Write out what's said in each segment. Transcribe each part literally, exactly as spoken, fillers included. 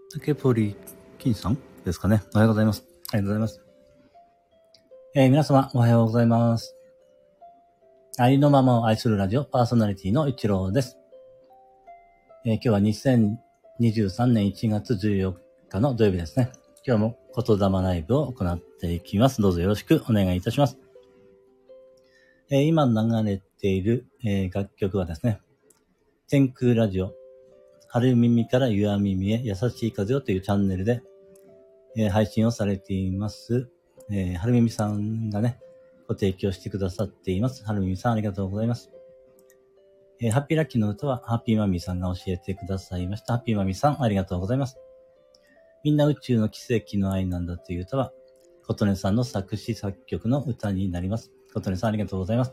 竹堀金さんですかね。おはようございます。ありがとうございます。えー、皆様、おはようございます。ありのままを愛するラジオパーソナリティの一郎です。えー、今日はにせんにじゅうさんねんいちがつじゅうよっかの土曜日ですね。今日も言霊ライブを行っていきます。どうぞよろしくお願いいたします。えー、今流れている、えー、楽曲はですね、天空ラジオ春耳から夕耳へ優しい風をというチャンネルで、えー、配信をされています、えー、春耳さんがね、ご提供してくださっています。春耳さんありがとうございます。えー、ハッピーラッキーの歌はハッピーマミーさんが教えてくださいました。ハッピーマミーさんありがとうございます。みんな宇宙の奇跡の愛なんだという歌は、琴音さんの作詞作曲の歌になります。琴音さんありがとうございます。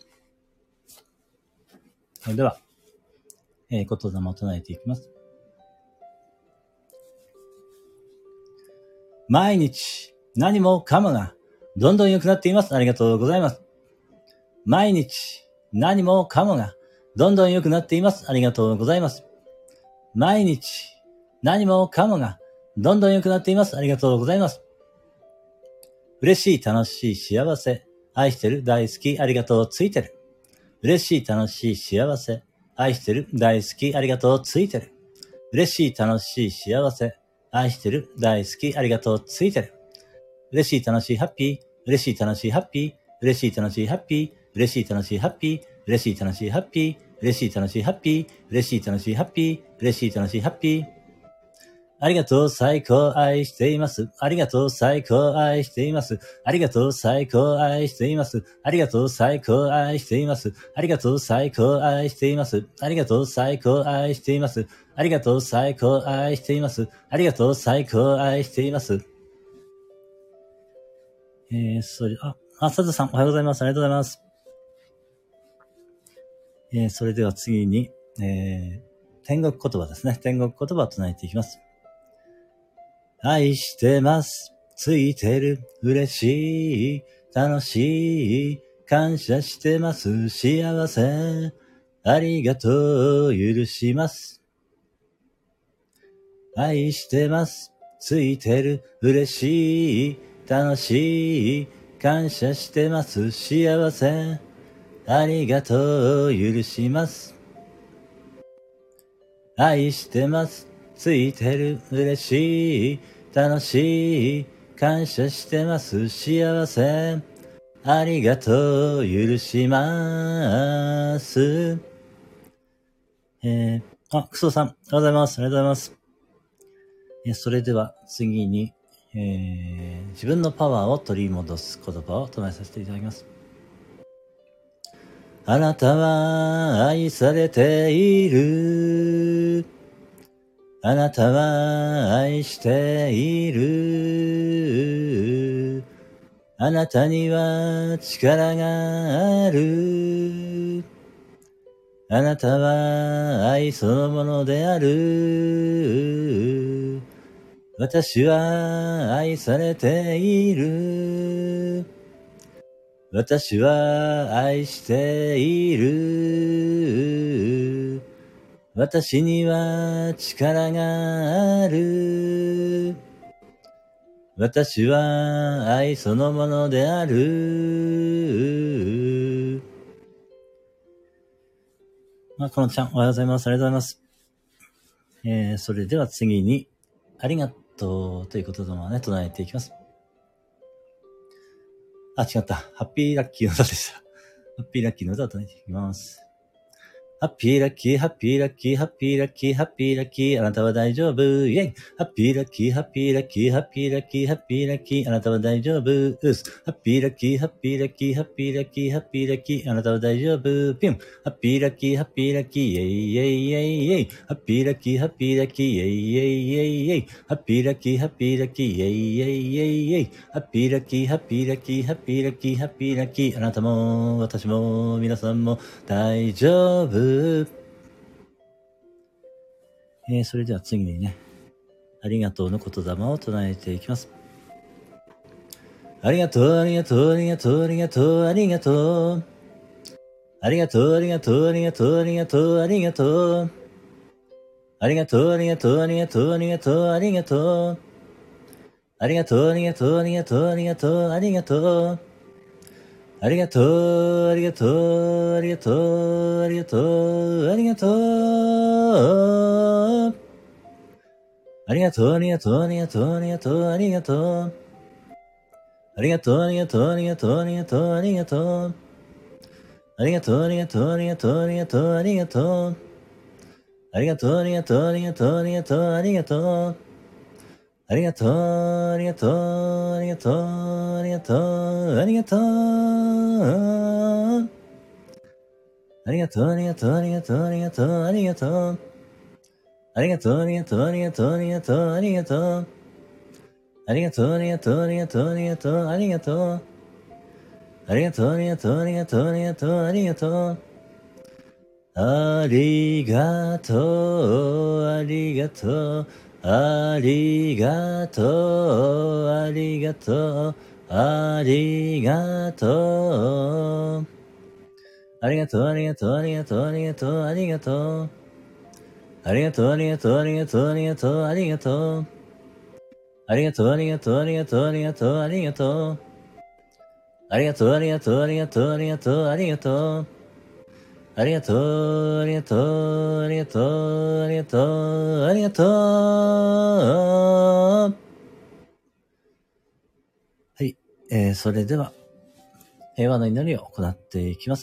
それでは、えー、言霊を唱えていきます。毎日、何もかもが、どんどん良くなっています。ありがとうございます。毎日、何もかもが、どんどん良くなっています。ありがとうございます。毎日、何もかもが、どんどん良くなっています。ありがとうございます。嬉しい、楽しい、幸せ、愛してる、大好き、ありがとう、ついてる。嬉しい、楽しい、幸せ、愛してる、大好き、ありがとう、ついてる。嬉しい、楽しい、幸せ、愛してる、大好き、ありがとう、ついてる。嬉しい、楽しい、ハッピー。嬉しい、楽しい、ハッピー。嬉しい、楽しい、ハッピー。嬉しい、楽しい、ハッピー。嬉しい、楽しい、ハッピー。嬉しい、楽しい、ハッピー。嬉しい、楽しい、ハッピー。嬉しい、楽しい、ハッピー。ありがとう、最高、愛しています。ありがとう、最高、愛しています。ありがとう、最高、愛しています。ありがとう、最高、愛しています。ありがとう、最高、愛しています。ありがとう、最高、愛しています。ありがとう、最高、愛しています。ありがとう、最高、愛しています。えー、それ、あ、あ、サズさん、おはようございます。ありがとうございます。えー、それでは次に、えー、天国言葉ですね。天国言葉を唱えていきます。愛してます。ついてる。嬉しい。楽しい。感謝してます。幸せ。ありがとう。許します。愛してます。ついてる。嬉しい。楽しい。感謝してます。幸せ。ありがとう。許します。愛してます。ついてる。嬉しい。楽しい。感謝してます。幸せ。ありがとう。許します。えー、あ、クソさん。おはようございます。ありがとうございます。えー、それでは次に、えー、自分のパワーを取り戻す言葉を唱えさせていただきます。あなたは愛されている。あなたは愛している。あなたには力がある。あなたは愛そのものである。私は愛されている。私は愛している。私には力がある。私は愛そのものである。まあ、このちゃん、おはようございます。ありがとうございます。えー、それでは次に、ありがとうという言葉をね、唱えていきます。あ、違った。ハッピーラッキーの歌でした。ハッピーラッキーの歌を唱えていきます。ハッピーラッキー、ハッピーラッキー、ハッピーラッキー、ハッピーラッキー、あなたは大丈夫、イェイハッピーラッキー、ハッピーラッキー、ハッピーラッキー、ハッピーラッキー、あなたは大丈夫、うす。ハッピーラッキー、ハッピーラッキー、ハッピーラッキー、ハッピーラッキー、あなたは大丈夫、ピュンハッピーラッキー、ハッピーラッキー、イェイイェイイェイイェイハッピーラッキー、ハッピーラッキー、イェイイェイイェイイェイハッピーラッキー、ハッピーラッキー、イェイイェイイェイイェイハッピーラッキー、ハッピーラッキー、ハッピーラッキー、ハッピーラッキー、あなたも、私も、皆さんも大丈夫。えー、それでは次にね、ありがとうの言霊を唱えていきます。ありがとう、ありがとう、ありがとう、ありがとう、ありがとう。ありがとう、ありがとう、ありがとう、ありがとう、ありがとう。 ありがとう、ありがとう、ありがとう、ありがとう、ありがとう。ありがとう、ありがとう、ありがとう、ありがとう、ありがとう。ありがとう、ありがとう、ありがとう、ありがとう、ありがとう。ありがとう、ありがとう、ありがとう、ありがとう、ありがとう。ありがとう、ありがとう、ありがとう、ありがとう、ありがとう。ありがとう、ありがとう、ありがとう、ありがとう、ありがとう。ありがとう、ありがとう、ありがとう、ありがとう、ありがとう。ありがとう、ありがとう、ありがとう、ありがとう、ありがとう。ありがとう、ありがとう、ありがとう、ありがとう、ありがとう。ありがとう、ありがとう、ありがとう、ありがとう、ありがとう。ありがとう、ありがとう、ありがとう、ありがとう、ありがとう。ありがとう、ありがとう、ありがとう、ありがとう、ありがとう。ありがとう、ありがとう、ありがとう、ありがとう、ありがとう。ありがとう、ありがとう、ありがとう、ありがとう、ありがとう。ありがとう、ありがとう、ありがとう、ありがとう、ありがとう。ありがとう、ありがとう、ありがとう、ありがとう、ありがとう。ありがとう、ありがとう、ありがとう、ありがとう、ありがとう。ありがとう、ありがとう、ありがとう、ありがとう、ありがとう。はい、えー、それでは、平和の祈りを行っていきます。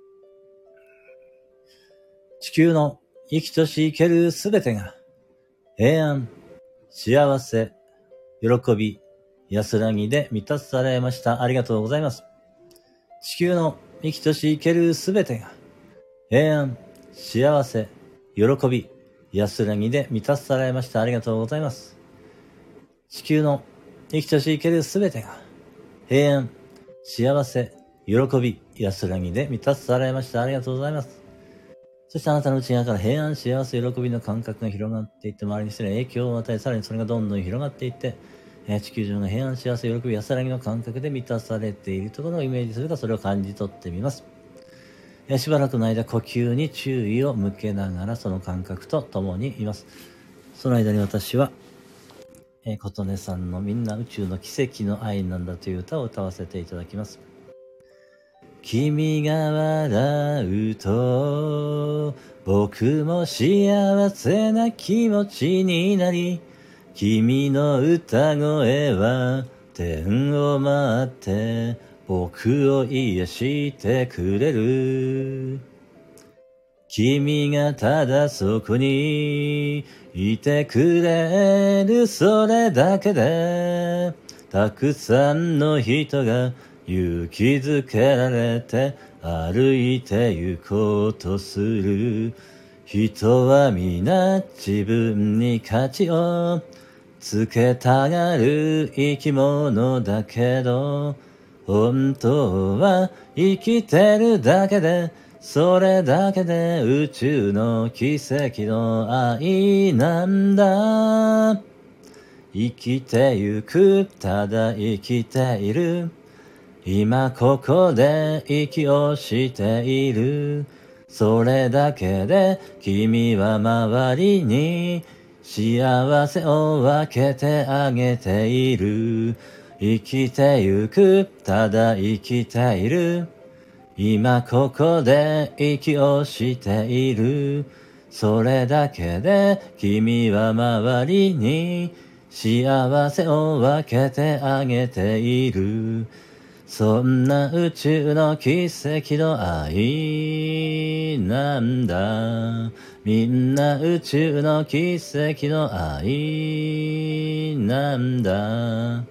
地球の生きとし生けるすべてが、平安、幸せ、喜び、安らぎで満たされました。ありがとうございます。地球の生きとし生けるすべてが、平安、幸せ、喜び、安らぎで満たされました。ありがとうございます。地球の生きとし生けるすべてが、平安、幸せ、喜び、安らぎで満たされました。ありがとうございます。そしてあなたの内側から平安、幸せ、喜びの感覚が広がっていって、周りにする影響を与え、さらにそれがどんどん広がっていって、地球上の平安、幸せ、喜び、安らぎの感覚で満たされているところをイメージするか、それを感じ取ってみます。しばらくの間、呼吸に注意を向けながら、その感覚と共にいます。その間に私は、えー、琴音さんのみんな宇宙の奇跡の愛なんだという歌を歌わせていただきます。君が笑うと僕も幸せな気持ちになり、君の歌声は天を回って僕を癒してくれる。君がただそこにいてくれる、それだけでたくさんの人が勇気づけられて歩いて行こうとする。人は皆自分に価値をつけたがる生き物だけど、本当は生きてるだけで、それだけで宇宙の奇跡の愛なんだ。生きてゆく、ただ生きている。今ここで息をしている。それだけで君は周りに幸せを分けてあげている。生きてゆく、ただ生きている。今ここで息をしている。それだけで君は周りに幸せを分けてあげている。そんな宇宙の奇跡の愛なんだ。みんな宇宙の奇跡の愛なんだ。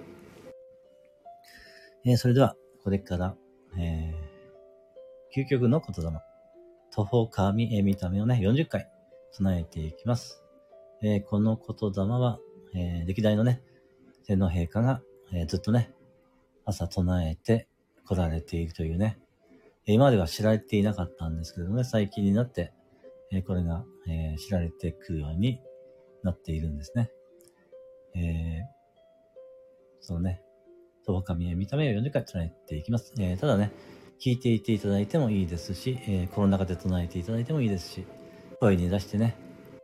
えー、それではこれから、えー究極の言霊、途方神へ見た目をね、よんじゅっかい唱えていきます。えー、この言霊は、えー、歴代のね、天皇陛下が、えー、ずっとね、朝唱えて来られているというね、今までは知られていなかったんですけれどもね、最近になって、えー、これが、えー、知られてくるようになっているんですね。えー、そのね、途方神へ見た目をよんじゅっかい唱えていきます。えー、ただね、聞いていていただいてもいいですし、えー、心の中で唱えていただいてもいいですし、声に出してね、